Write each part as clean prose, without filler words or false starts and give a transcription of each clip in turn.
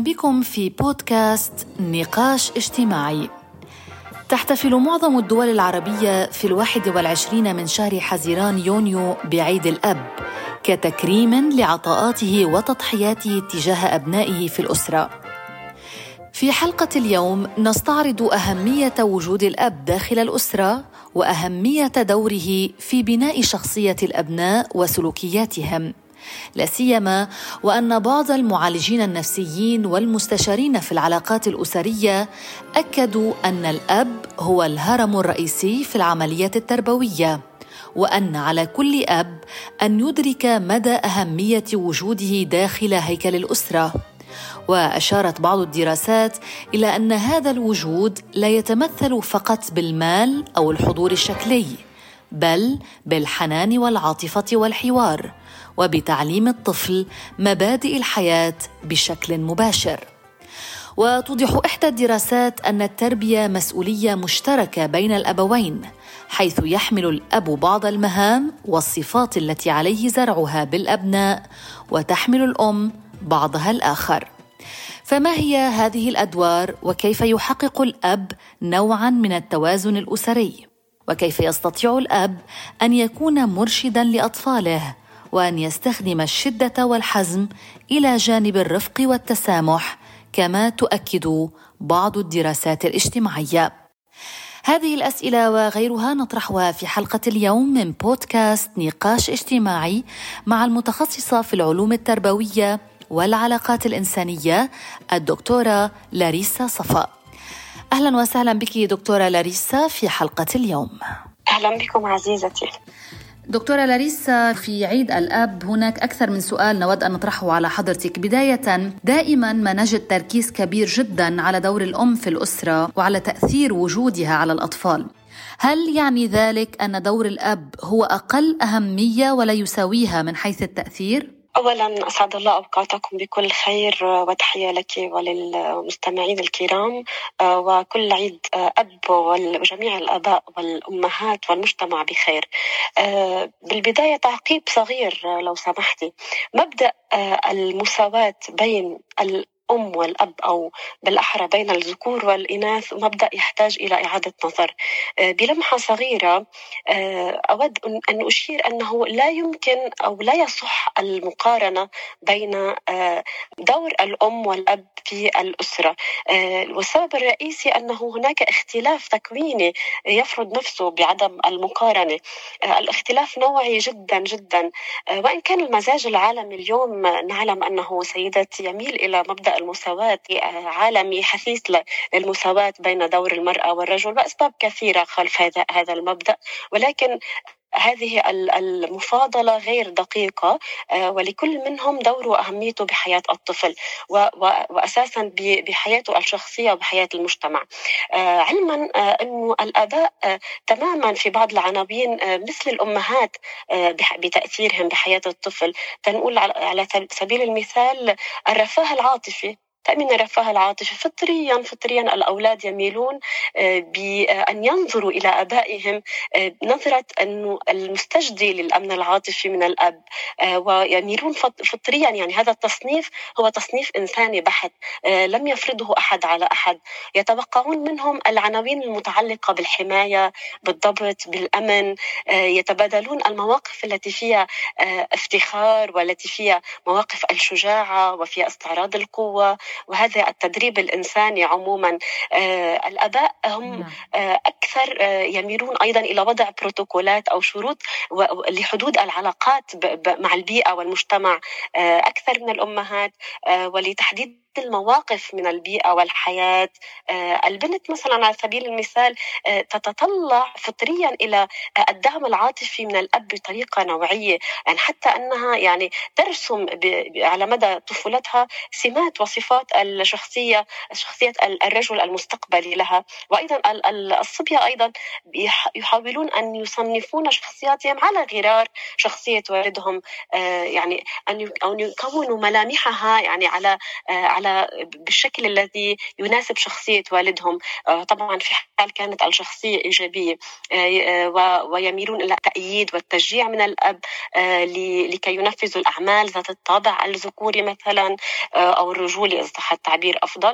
بكم في بودكاست نقاش اجتماعي. تحتفل معظم الدول العربية في 21 من شهر حزيران يونيو بعيد الأب كتكريم لعطاءاته وتضحياته تجاه أبنائه في الأسرة. في حلقة اليوم نستعرض أهمية وجود الأب داخل الأسرة وأهمية دوره في بناء شخصية الأبناء وسلوكياتهم، لا سيما وأن بعض المعالجين النفسيين والمستشارين في العلاقات الأسرية أكدوا أن الأب هو الهرم الرئيسي في العملية التربوية، وأن على كل أب أن يدرك مدى أهمية وجوده داخل هيكل الأسرة. وأشارت بعض الدراسات إلى أن هذا الوجود لا يتمثل فقط بالمال أو الحضور الشكلي، بل بالحنان والعاطفة والحوار، وبتعليم الطفل مبادئ الحياة بشكل مباشر. وتوضح إحدى الدراسات أن التربية مسؤولية مشتركة بين الأبوين، حيث يحمل الأب بعض المهام والصفات التي عليه زرعها بالأبناء، وتحمل الأم بعضها الآخر. فما هي هذه الأدوار، وكيف يحقق الأب نوعاً من التوازن الأسري؟ وكيف يستطيع الأب أن يكون مرشداً لأطفاله، وأن يستخدم الشدة والحزم إلى جانب الرفق والتسامح، كما تؤكد بعض الدراسات الاجتماعية؟ هذه الأسئلة وغيرها نطرحها في حلقة اليوم من بودكاست نقاش اجتماعي مع المتخصصة في العلوم التربوية والعلاقات الإنسانية الدكتورة لاريسا صفا. أهلا وسهلا بك دكتورة لاريسا في حلقة اليوم. أهلا بكم عزيزتي. دكتورة لاريسا، في عيد الأب هناك أكثر من سؤال نود أن نطرحه على حضرتك. بداية، دائما ما نجد تركيز كبير جدا على دور الأم في الأسرة وعلى تأثير وجودها على الأطفال. هل يعني ذلك أن دور الأب هو أقل أهمية ولا يساويها من حيث التأثير؟ أولاً أسعد الله أوقاتكم بكل خير، وتحية لك وللمستمعين الكرام، وكل عيد أب وجميع الآباء والأمهات والمجتمع بخير. بالبداية تعقيب صغير لو سمحتي. مبدأ المساواة بين الأم والأب، أو بالأحرى بين الذكور والإناث، مبدأ يحتاج إلى إعادة نظر. بلمحة صغيرة أود أن أشير أنه لا يمكن أو لا يصح المقارنة بين دور الأم والأب في الأسرة، والسبب الرئيسي أنه هناك اختلاف تكويني يفرض نفسه بعدم المقارنة. الاختلاف نوعي جدا جدا، وإن كان المزاج العالمي اليوم نعلم أنه سيدتي يميل إلى مبدأ المساواة، عالمي حثيث للمساواة بين دور المرأة والرجل، وأسباب كثيرة خلف هذا المبدأ، ولكن هذه المفاضلة غير دقيقة، ولكل منهم دوره وأهميته بحياة الطفل وأساسا بحياته الشخصية وبحياة المجتمع. علما أن الآباء تماما في بعض العناوين مثل الأمهات بتأثيرهم بحياة الطفل. تنقول على سبيل المثال الرفاه العاطفي. تأمين الرفاه العاطفي فطريا الأولاد يميلون بأن ينظروا إلى آبائهم نظرة أنه المستجدي للأمن العاطفي من الأب، ويميلون فطريا، يعني هذا التصنيف هو تصنيف إنساني بحت، لم يفرضه أحد على أحد. يتوقعون منهم العناوين المتعلقة بالحماية، بالضبط، بالأمن. يتبادلون المواقف التي فيها افتخار، والتي فيها مواقف الشجاعة وفيها استعراض القوة، وهذا التدريب الإنساني عموما. الآباء هم أكثر يميلون أيضا إلى وضع بروتوكولات أو شروط لحدود العلاقات مع البيئة والمجتمع أكثر من الأمهات، ولتحديد المواقف من البيئة والحياة. البنت مثلا على سبيل المثال تتطلع فطريا إلى الدعم العاطفي من الأب بطريقة نوعية، يعني حتى أنها يعني ترسم على مدى طفولتها سمات وصفات شخصية الرجل المستقبلي لها. وأيضا الصبية أيضا يحاولون أن يصنفون شخصياتهم على غرار شخصية والدهم، يعني أن يكونوا ملامحها يعني على على بالشكل الذي يناسب شخصية والدهم. طبعا في حال كانت الشخصية إيجابية ويميلون إلى التأييد والتشجيع من الأب لكي ينفذوا الأعمال ذات الطابع الذكوري مثلا أو الرجولي إذا صح التعبير أفضل.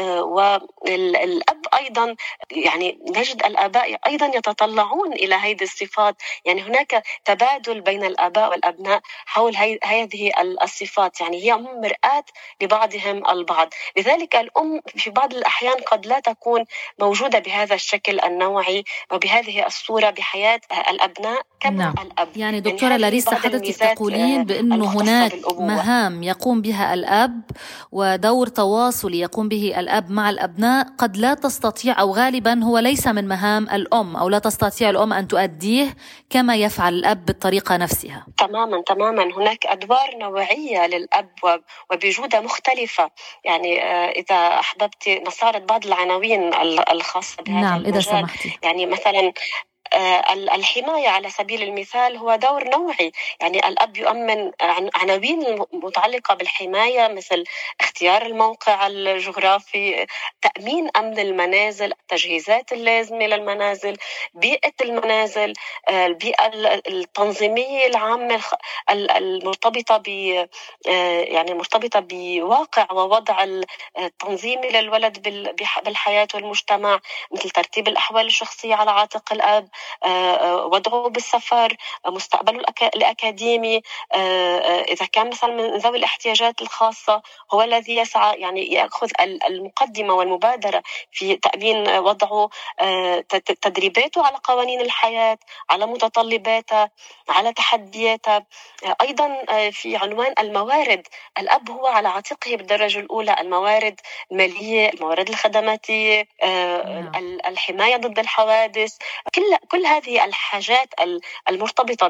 والأب أيضا يعني نجد الآباء أيضا يتطلعون إلى هذه الصفات، يعني هناك تبادل بين الآباء والأبناء حول هذه الصفات، يعني هي مرآة لبعضهم البعض. لذلك الأم في بعض الأحيان قد لا تكون موجودة بهذا الشكل النوعي وبهذه الصورة بحياة الأبناء كما الأب. يعني دكتورة لاريسا، حضرتك تقولين بأنه هناك مهام يقوم بها الأب ودور تواصلي يقوم به الأب مع الأبناء قد لا تستطيع أو غالبا هو ليس من مهام الأم، أو لا تستطيع الأم أن تؤديه كما يفعل الأب بالطريقة نفسها. تماما هناك أدوار نوعية للأب وبجودة مختلفة. يعني إذا أحببت نستعرض بعض العناوين الخاصة بهذا المجال. إذا سمحتي. يعني مثلا الحماية على سبيل المثال هو دور نوعي، يعني الأب يؤمن عناوين متعلقة بالحماية مثل اختيار الموقع الجغرافي، تأمين أمن المنازل، التجهيزات اللازمة للمنازل، بيئة المنازل، البيئة التنظيمية العامة المرتبطة يعني مرتبطة بواقع ووضع التنظيمي للولد بالحياة والمجتمع، مثل ترتيب الأحوال الشخصية على عاتق الأب، وضعه بالسفر، مستقبله الأكاديمي. إذا كان مثلا من ذوي الاحتياجات الخاصة هو الذي يسعى يعني يأخذ المقدمة والمبادرة في تأمين وضعه، تدريباته على قوانين الحياة، على متطلباتها، على تحدياتها. أيضا في عنوان الموارد، الأب هو على عاتقه بالدرجة الأولى الموارد المالية، الموارد الخدماتية، الحماية ضد الحوادث، كل هذه الحاجات المرتبطة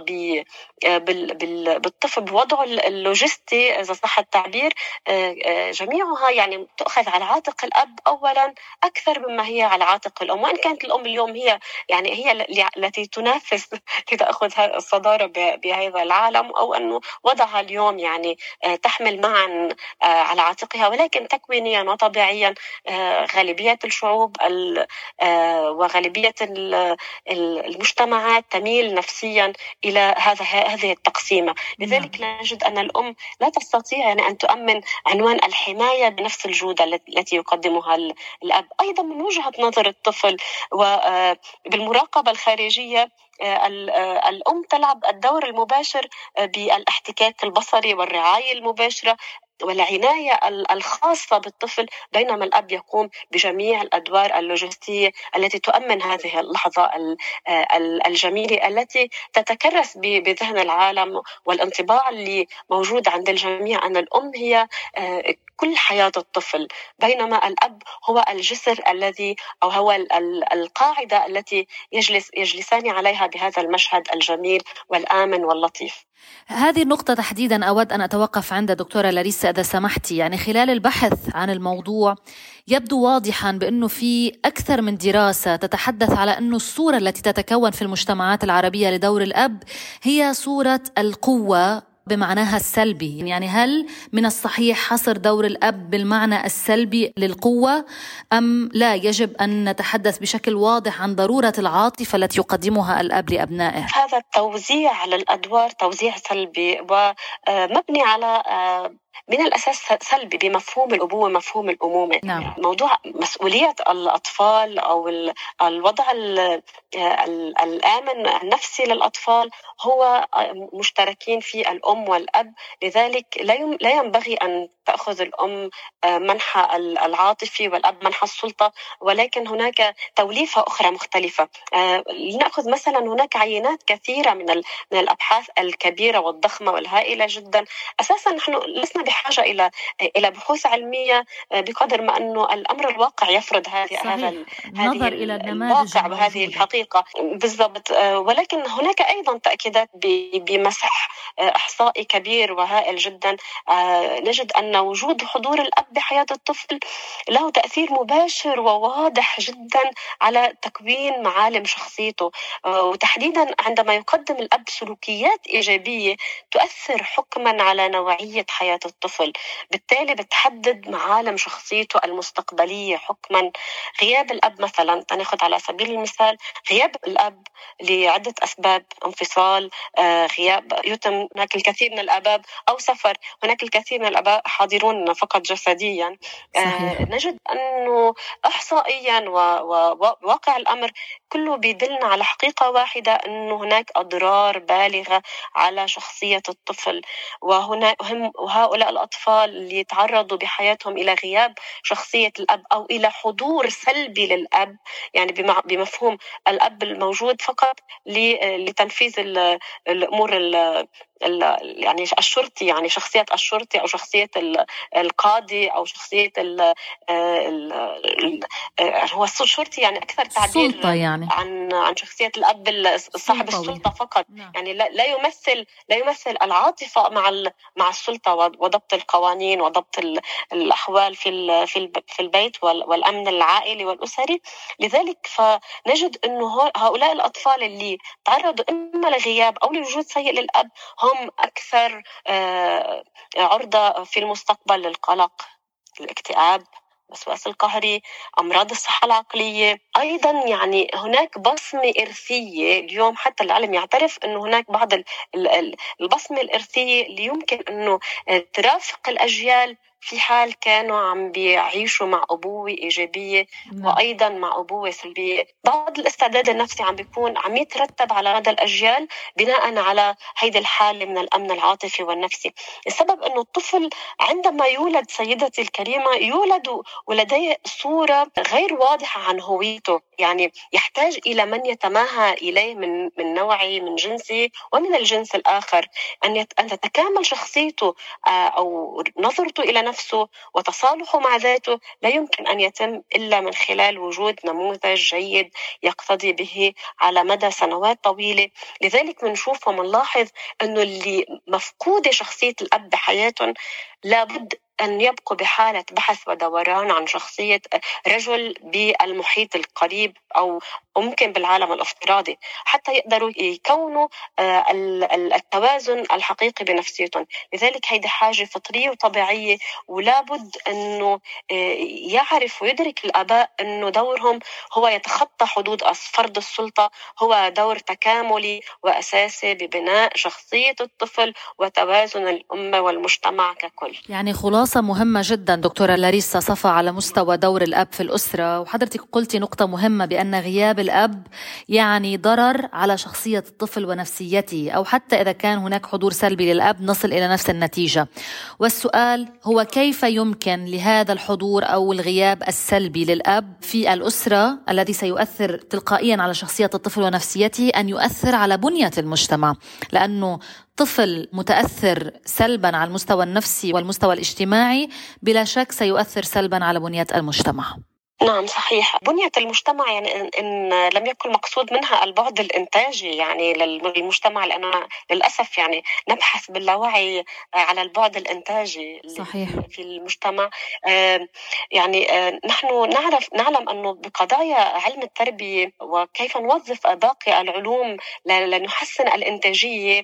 بالطفل بوضعه اللوجستي إذا صح التعبير، جميعها يعني تأخذ على عاتق الأب أولا أكثر مما هي على عاتق الأم. وإن كانت الأم اليوم هي التي تنافس لتأخذ الصدارة بهذا العالم، أو أنه وضعها اليوم يعني تحمل معا على عاتقها، ولكن تكوينيا وطبيعيا غالبية الشعوب وغالبية المجتمعات تميل نفسيا إلى هذه التقسيمة. لذلك نجد أن الأم لا تستطيع يعني أن تؤمن عنوان الحماية بنفس الجودة التي يقدمها الأب. أيضا من وجهة نظر الطفل وبالمراقبة الخارجية، الأم تلعب الدور المباشر بالاحتكاك البصري والرعاية المباشرة والعناية الخاصة بالطفل، بينما الأب يقوم بجميع الأدوار اللوجستية التي تؤمن هذه اللحظة الجميلة التي تتكرس بذهن العالم والانطباع اللي موجود عند الجميع أن الأم هي كل حياة الطفل، بينما الأب هو الجسر الذي أو هو القاعدة التي يجلسان عليها بهذا المشهد الجميل والآمن واللطيف. هذه النقطة تحديدا أود أن أتوقف عند دكتورة لاريسا إذا سمحتي. يعني خلال البحث عن الموضوع يبدو واضحا بأنه في أكثر من دراسة تتحدث على أنه الصورة التي تتكون في المجتمعات العربية لدور الأب هي صورة القوة بمعناها السلبي. يعني هل من الصحيح حصر دور الأب بالمعنى السلبي للقوة أم لا يجب أن نتحدث بشكل واضح عن ضرورة العاطفة التي يقدمها الأب لأبنائه؟ هذا التوزيع للأدوار توزيع سلبي ومبني على من الأساس سلبي بمفهوم الأبوة مفهوم الأمومة. موضوع مسؤولية الأطفال أو الوضع الآمن النفسي للأطفال هو مشتركين في الأم والأب. لذلك لا ينبغي أن تأخذ الأم منحى العاطفي والأب منحى السلطة، ولكن هناك توليفة أخرى مختلفة. لنأخذ مثلا هناك عينات كثيرة من الأبحاث الكبيرة والضخمة والهائلة جدا. أساسا نحن لسنا بحاجة إلى بحوث علمية بقدر ما أنه الأمر الواقع يفرض هذا نظر إلى الواقع وهذه الحقيقة بالضبط. ولكن هناك أيضا تأكيدات بمسح إحصائي كبير وهائل جدا نجد أن وجود حضور الأب بحياة الطفل له تأثير مباشر وواضح جدا على تكوين معالم شخصيته، وتحديدا عندما يقدم الأب سلوكيات إيجابية تؤثر حكما على نوعية حياة الطفل، بالتالي بتحدد معالم شخصيته المستقبلية حكما. غياب الأب مثلا، ناخذ على سبيل المثال غياب الأب لعدة أسباب، انفصال، غياب، يتم هناك الكثير من الآباء أو سفر، هناك الكثير من الآباء حاضرون فقط جسديا. نجد أنه إحصائيا وواقع الأمر كله بيدلنا على حقيقة واحدة، أنه هناك أضرار بالغة على شخصية الطفل، وهؤلاء الأطفال اللي يتعرضوا بحياتهم إلى غياب شخصية الأب أو إلى حضور سلبي للأب، يعني بمفهوم الأب الموجود فقط لتنفيذ الأمور يعني الشرطي، يعني شخصية الشرطي أو شخصية القاضي أو شخصية هو الشرطي، يعني أكثر تعبير يعني عن شخصية الأب صاحب السلطة فقط. يعني لا يمثل العاطفة مع السلطة وضبط القوانين وضبط الأحوال في البيت والأمن العائلي والأسري. لذلك فنجد أنه هؤلاء الأطفال اللي تعرضوا إما لغياب أو لوجود سيء للأب هم أكثر عرضة في المستقبل للقلق، الاكتئاب، الوسواس القهري، أمراض الصحة العقلية. أيضا يعني هناك بصمة إرثية، اليوم حتى العلم يعترف أنه هناك بعض البصمة الإرثية اللي يمكن أنه ترافق الأجيال في حال كانوا عم بيعيشوا مع أبوة إيجابية وأيضا مع أبوة سلبية. بعض الاستعداد النفسي عم يترتب على مدى الأجيال بناء على هيدا الحالة من الأمن العاطفي والنفسي. السبب أنه الطفل عندما يولد سيدتي الكريمة يولد ولديه صورة غير واضحة عن هويته، يعني يحتاج إلى من يتماهى إليه من نوعه، من جنسه ومن الجنس الآخر، أن تتكامل شخصيته أو نظرته إلى نفسه وتصالحه مع ذاته لا يمكن أن يتم إلا من خلال وجود نموذج جيد يقتدي به على مدى سنوات طويلة. لذلك بنشوف ومنلاحظ أنه اللي مفقودة شخصية الأب بحياتهم لابد أن يبقوا بحالة بحث ودوران عن شخصية رجل بالمحيط القريب أو ممكن بالعالم الافتراضي حتى يقدروا يكونوا التوازن الحقيقي بنفسيتهم. لذلك هيدي حاجة فطرية وطبيعية، ولابد أنه يعرف ويدرك الآباء أنه دورهم هو يتخطى حدود فرض السلطة، هو دور تكاملي وأساسي ببناء شخصية الطفل وتوازن الأمة والمجتمع ككل. يعني خلاصة مهمة جدا دكتورة لاريسا صفا على مستوى دور الأب في الأسرة، وحضرتك قلتي نقطة مهمة بأن غياب الأب يعني ضرر على شخصية الطفل ونفسيته، أو حتى إذا كان هناك حضور سلبي للأب نصل إلى نفس النتيجة. والسؤال هو كيف يمكن لهذا الحضور أو الغياب السلبي للأب في الأسرة الذي سيؤثر تلقائيا على شخصية الطفل ونفسيته أن يؤثر على بنية المجتمع، لأنه طفل متأثر سلبا على المستوى النفسي والمستوى الاجتماعي بلا شك سيؤثر سلبا على بنية المجتمع. نعم صحيح. بنية المجتمع يعني إن لم يكن مقصود منها البعد الإنتاجي يعني للمجتمع، لأننا للأسف يعني نبحث باللاوعي على البعد الإنتاجي صحيح. في المجتمع. يعني نحن نعلم أنه بقضايا علم التربية وكيف نوظف باقي العلوم لنحسن الإنتاجية،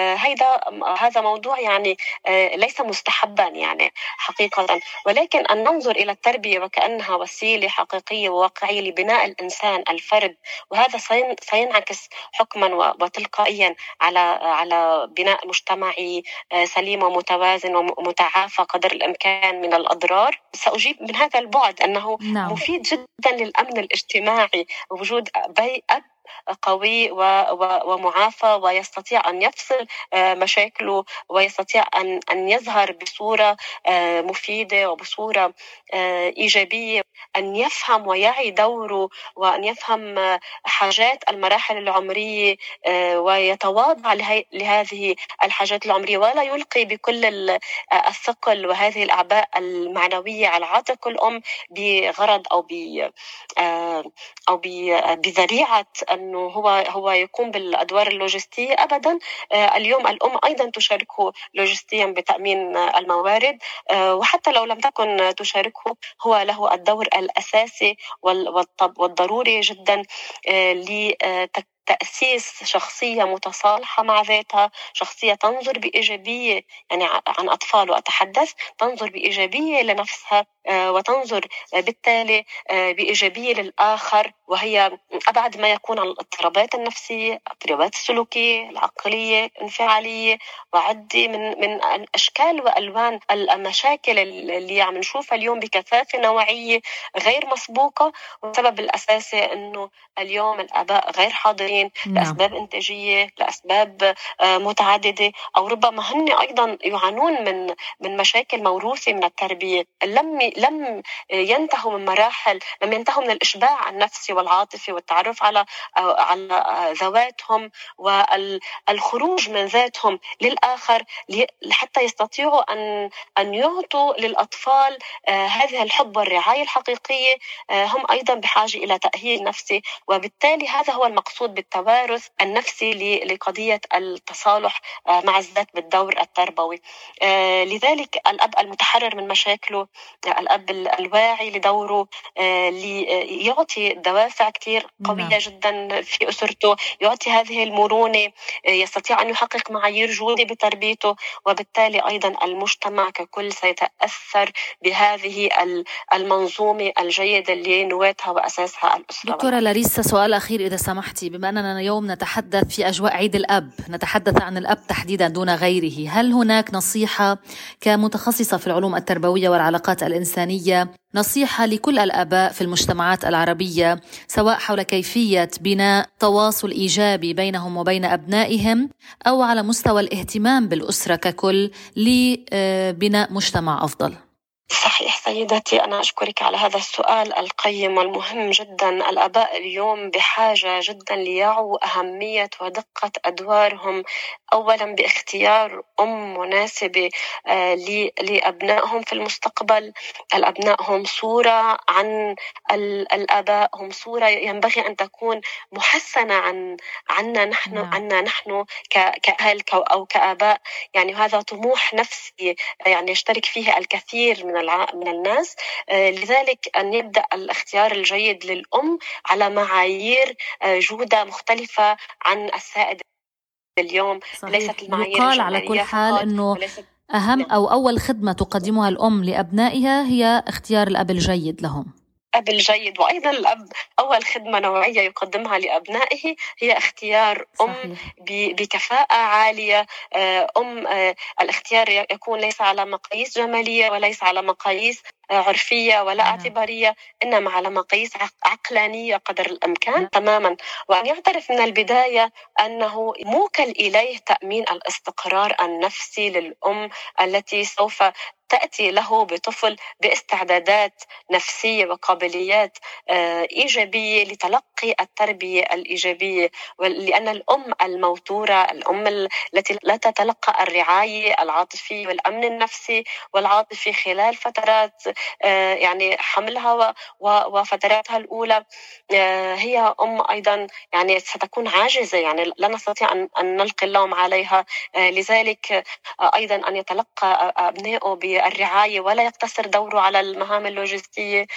هذا موضوع يعني ليس مستحبا يعني حقيقة، ولكن أن ننظر إلى التربية وكأنها وسيلة حقيقية وواقعية لبناء الإنسان الفرد، وهذا سينعكس حكما وتلقائيا على بناء مجتمعي سليم ومتوازن ومتعافى قدر الإمكان من الأضرار. سأجيب من هذا البعد أنه مفيد جدا للأمن الاجتماعي وجود أب قوي ومعافى ويستطيع أن يفصل مشاكله ويستطيع أن يظهر بصورة مفيدة وبصورة إيجابية، أن يفهم ويعي دوره وأن يفهم حاجات المراحل العمرية ويتواضع لهذه الحاجات العمرية، ولا يلقي بكل الثقل وهذه الأعباء المعنوية على عاتق الأم بغرض أو بذريعة أنه هو يقوم بالأدوار اللوجستية أبدا. اليوم الأم أيضا تشاركه لوجستيا بتأمين الموارد، وحتى لو لم تكن تشاركه هو له الدور الأساسي والضروري جدا لتأسيس شخصية متصالحة مع ذاتها، شخصية تنظر بإيجابية، يعني عن أطفال وأتحدث، تنظر بإيجابية لنفسها وتنظر بالتالي بإيجابية للآخر، وهي أبعد ما يكون عن الاضطرابات النفسية، الاضطرابات السلوكية، العقلية، الانفعالية، وعدي من أشكال وألوان المشاكل اللي عم نشوفها اليوم بكثافة نوعية غير مسبوقة. والسبب الأساسي أنه اليوم الآباء غير حاضرين لأسباب إنتاجية، لأسباب متعددة، أو ربما هن أيضا يعانون من مشاكل موروثة من التربية. لم ينتهوا من مراحل، لم ينتهوا من الإشباع النفسي والعاطفي والتعرف على ذواتهم والخروج من ذاتهم للآخر، حتى يستطيعوا أن يعطوا للأطفال هذه الحب والرعاية الحقيقية. هم أيضا بحاجة إلى تأهيل نفسي، وبالتالي هذا هو المقصود بالتوارث النفسي لقضية التصالح مع الذات بالدور التربوي. لذلك الأب المتحرر من مشاكله، الأب الواعي لدوره، يعطي دوافع كتير قوية جدا في أسرته، يعطي هذه المرونة، يستطيع أن يحقق معايير جودة بتربيته، وبالتالي أيضا المجتمع ككل سيتأثر بهذه المنظومة الجيدة اللي نواتها وأساسها الأسرة. دكتورة لاريسا، سؤال أخير إذا سمحتي، بما أننا اليوم نتحدث في أجواء عيد الأب، نتحدث عن الأب تحديدا دون غيره، هل هناك نصيحة كمتخصصة في العلوم التربوية والعلاقات الإنسانية، نصيحة لكل الآباء في المجتمعات العربية، سواء حول كيفية بناء تواصل إيجابي بينهم وبين أبنائهم، أو على مستوى الاهتمام بالأسرة ككل لبناء مجتمع أفضل؟ صحيح سيدتي، أنا أشكرك على هذا السؤال القيم والمهم جدا. الآباء اليوم بحاجة جدا ليعوا أهمية ودقة أدوارهم، أولا باختيار أم مناسبة لأبنائهم في المستقبل. الأبناء هم صورة عن الآباء، هم صورة ينبغي أن تكون محسنة عنا نحن كأهل أو كآباء. يعني هذا طموح نفسي يعني يشترك فيه الكثير من الناس. لذلك أن يبدأ الاختيار الجيد للأم على معايير جودة مختلفة عن السائد اليوم. صحيح. ليست المعايير يقال على كل حال أنه أهم أو أول خدمة تقدمها الأم لأبنائها هي اختيار الأب الجيد لهم. الأب الجيد، وأيضا الأب أول خدمة نوعية يقدمها لأبنائه هي اختيار أم بكفاءة عالية. الاختيار يكون ليس على مقاييس جمالية وليس على مقاييس عرفية ولا اعتبارية، إنما على مقاييس عقلانية قدر الإمكان تماما. وأن يعترف من البداية أنه موكل إليه تأمين الاستقرار النفسي للأم التي سوف تأتي له بطفل باستعدادات نفسية وقابليات إيجابية لتلقي التربية الإيجابية. لأن الأم الموتورة، الأم التي لا تتلقى الرعاية العاطفية والأمن النفسي والعاطفي خلال فترات يعني حملها وفتراتها الأولى، هي أم أيضا يعني ستكون عاجزة، يعني لا نستطيع أن نلقي اللوم عليها. لذلك أيضا أن يتلقى أبنائه بالرعاية ولا يقتصر دوره على المهام اللوجستية،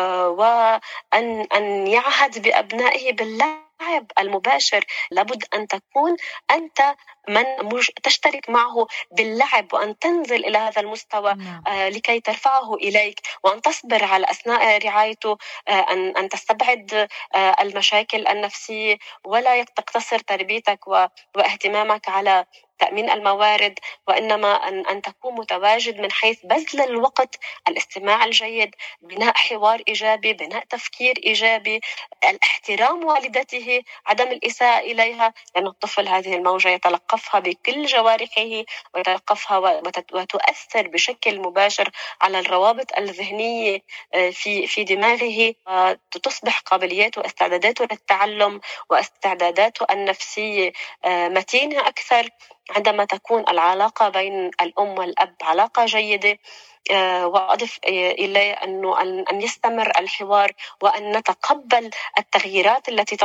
وأن يعهد بأبنائه باللعب المباشر. لابد أن تكون أنت من تشترك معه باللعب، وأن تنزل إلى هذا المستوى لكي ترفعه إليك، وأن تصبر على أثناء رعايته، أن تستبعد المشاكل النفسية، ولا تقتصر تربيتك واهتمامك على تأمين الموارد، وإنما أن تكون متواجد من حيث بذل الوقت، الاستماع الجيد، بناء حوار إيجابي، بناء تفكير إيجابي، الاحترام والدته، عدم الإساءة إليها، لأن الطفل هذه الموجة يتلقفها بكل جوارحه ويتلقفها وتؤثر بشكل مباشر على الروابط الذهنية في دماغه، وتصبح قابلياته واستعداداته للتعلم واستعداداته النفسية متينة أكثر عندما تكون العلاقة بين الأم والأب علاقة جيدة. وأضف إليه أن يستمر الحوار، وأن نتقبل التغييرات التي تطرأ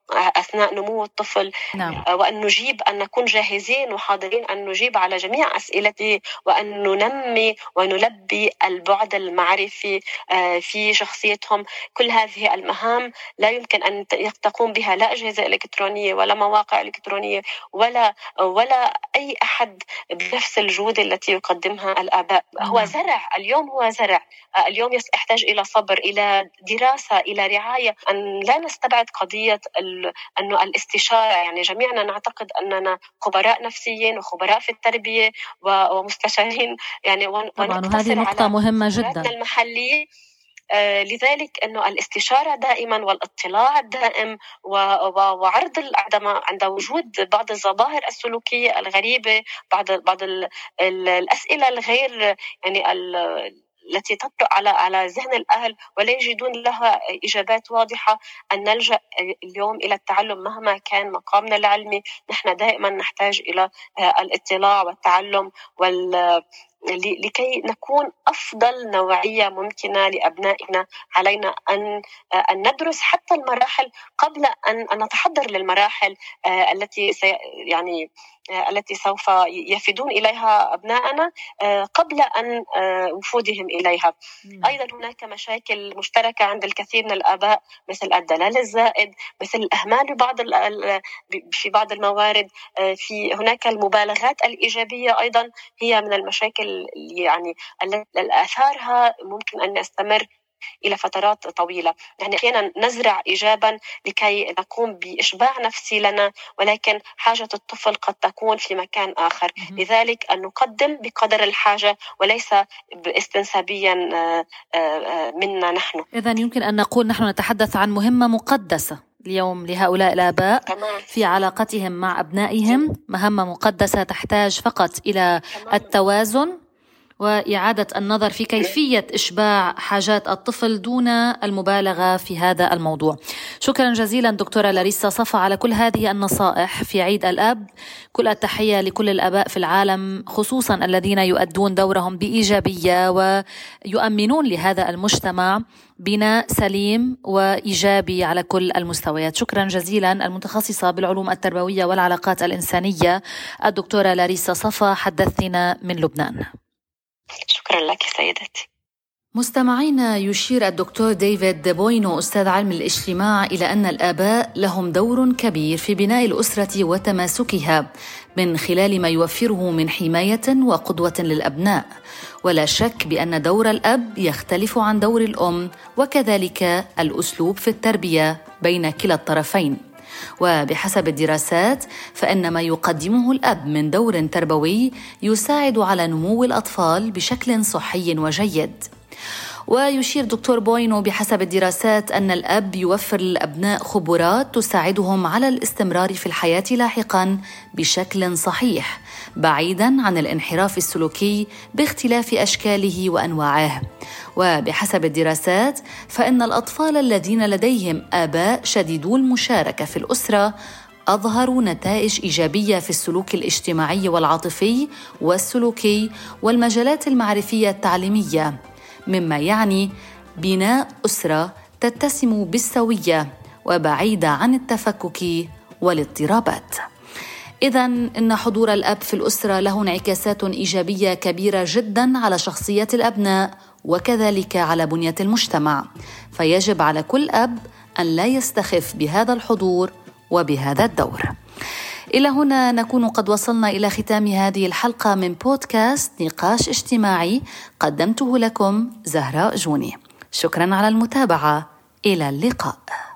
أثناء نمو الطفل. نعم. وأن نجيب، أن نكون جاهزين وحاضرين أن نجيب على جميع أسئلته، وأن ننمي ونلبي البعد المعرفي في شخصيتهم. كل هذه المهام لا يمكن أن تقوم بها لا أجهزة إلكترونية ولا مواقع إلكترونية ولا أي أحد بنفس الجودة التي يقدمها الآباء. هو زرع اليوم، هو زرع اليوم يحتاج إلى صبر، إلى دراسة، إلى رعاية. أن لا نستبعد قضية أنه الاستشارة، يعني جميعنا نعتقد أننا خبراء نفسيين وخبراء في التربية ومستشارين، يعني طبعا، وهذه نقطة مهمة جدا المحلية. لذلك أنه الاستشارة دائما والاطلاع الدائم وعرض عند وجود بعض الظواهر السلوكية الغريبة، بعض الأسئلة الغير يعني التي تطرق على ذهن الأهل ولا يجدون لها إجابات واضحة، أن نلجأ اليوم إلى التعلم مهما كان مقامنا العلمي. نحن دائما نحتاج إلى الاطلاع والتعلم لكي نكون أفضل نوعية ممكنة لأبنائنا. علينا أن ندرس حتى المراحل قبل أن نتحضر للمراحل التي سوف يفدون إليها أبنائنا قبل أن وفودهم إليها. أيضا هناك مشاكل مشتركة عند الكثير من الآباء، مثل الدلال الزائد، مثل الإهمال في بعض الموارد. هناك المبالغات الإيجابية أيضا هي من المشاكل يعني الآثارها ممكن أن يستمر إلى فترات طويلة. يعني أحيانا نزرع إيجابا لكي نقوم بإشباع نفسي لنا، ولكن حاجة الطفل قد تكون في مكان آخر. لذلك أن نقدم بقدر الحاجة وليس استنسابيا منا نحن. إذن يمكن أن نقول نحن نتحدث عن مهمة مقدسة اليوم لهؤلاء الآباء في علاقتهم مع أبنائهم، مهمة مقدسة تحتاج فقط إلى التوازن وإعادة النظر في كيفية إشباع حاجات الطفل دون المبالغة في هذا الموضوع. شكرا جزيلا دكتورة لاريسا صفا على كل هذه النصائح في عيد الأب. كل التحية لكل الآباء في العالم، خصوصا الذين يؤدون دورهم بإيجابية ويؤمنون لهذا المجتمع بناء سليم وإيجابي على كل المستويات. شكرا جزيلا المتخصصة بالعلوم التربوية والعلاقات الإنسانية الدكتورة لاريسا صفا، حدثنا من لبنان. شكرا لك سيدتي. مستمعينا، يشير الدكتور ديفيد بوينو أستاذ علم الاجتماع إلى أن الآباء لهم دور كبير في بناء الأسرة وتماسكها من خلال ما يوفره من حماية وقدوة للأبناء. ولا شك بأن دور الأب يختلف عن دور الأم، وكذلك الأسلوب في التربية بين كلا الطرفين. وبحسب الدراسات فإن ما يقدمه الأب من دور تربوي يساعد على نمو الأطفال بشكل صحي وجيد. ويشير دكتور بوينو بحسب الدراسات أن الأب يوفر للأبناء خبرات تساعدهم على الاستمرار في الحياة لاحقا بشكل صحيح، بعيدا عن الانحراف السلوكي باختلاف أشكاله وأنواعه. وبحسب الدراسات فإن الأطفال الذين لديهم آباء شديدو المشاركة في الأسرة أظهروا نتائج إيجابية في السلوك الاجتماعي والعاطفي والسلوكي والمجالات المعرفية التعليمية، مما يعني بناء أسرة تتسم بالسوية وبعيدة عن التفكك والاضطرابات. إذن إن حضور الأب في الأسرة له انعكاسات إيجابية كبيرة جدا على شخصية الأبناء وكذلك على بنية المجتمع، فيجب على كل أب أن لا يستخف بهذا الحضور وبهذا الدور. إلى هنا نكون قد وصلنا إلى ختام هذه الحلقة من بودكاست نقاش اجتماعي، قدمته لكم زهراء جوني. شكرا على المتابعة، إلى اللقاء.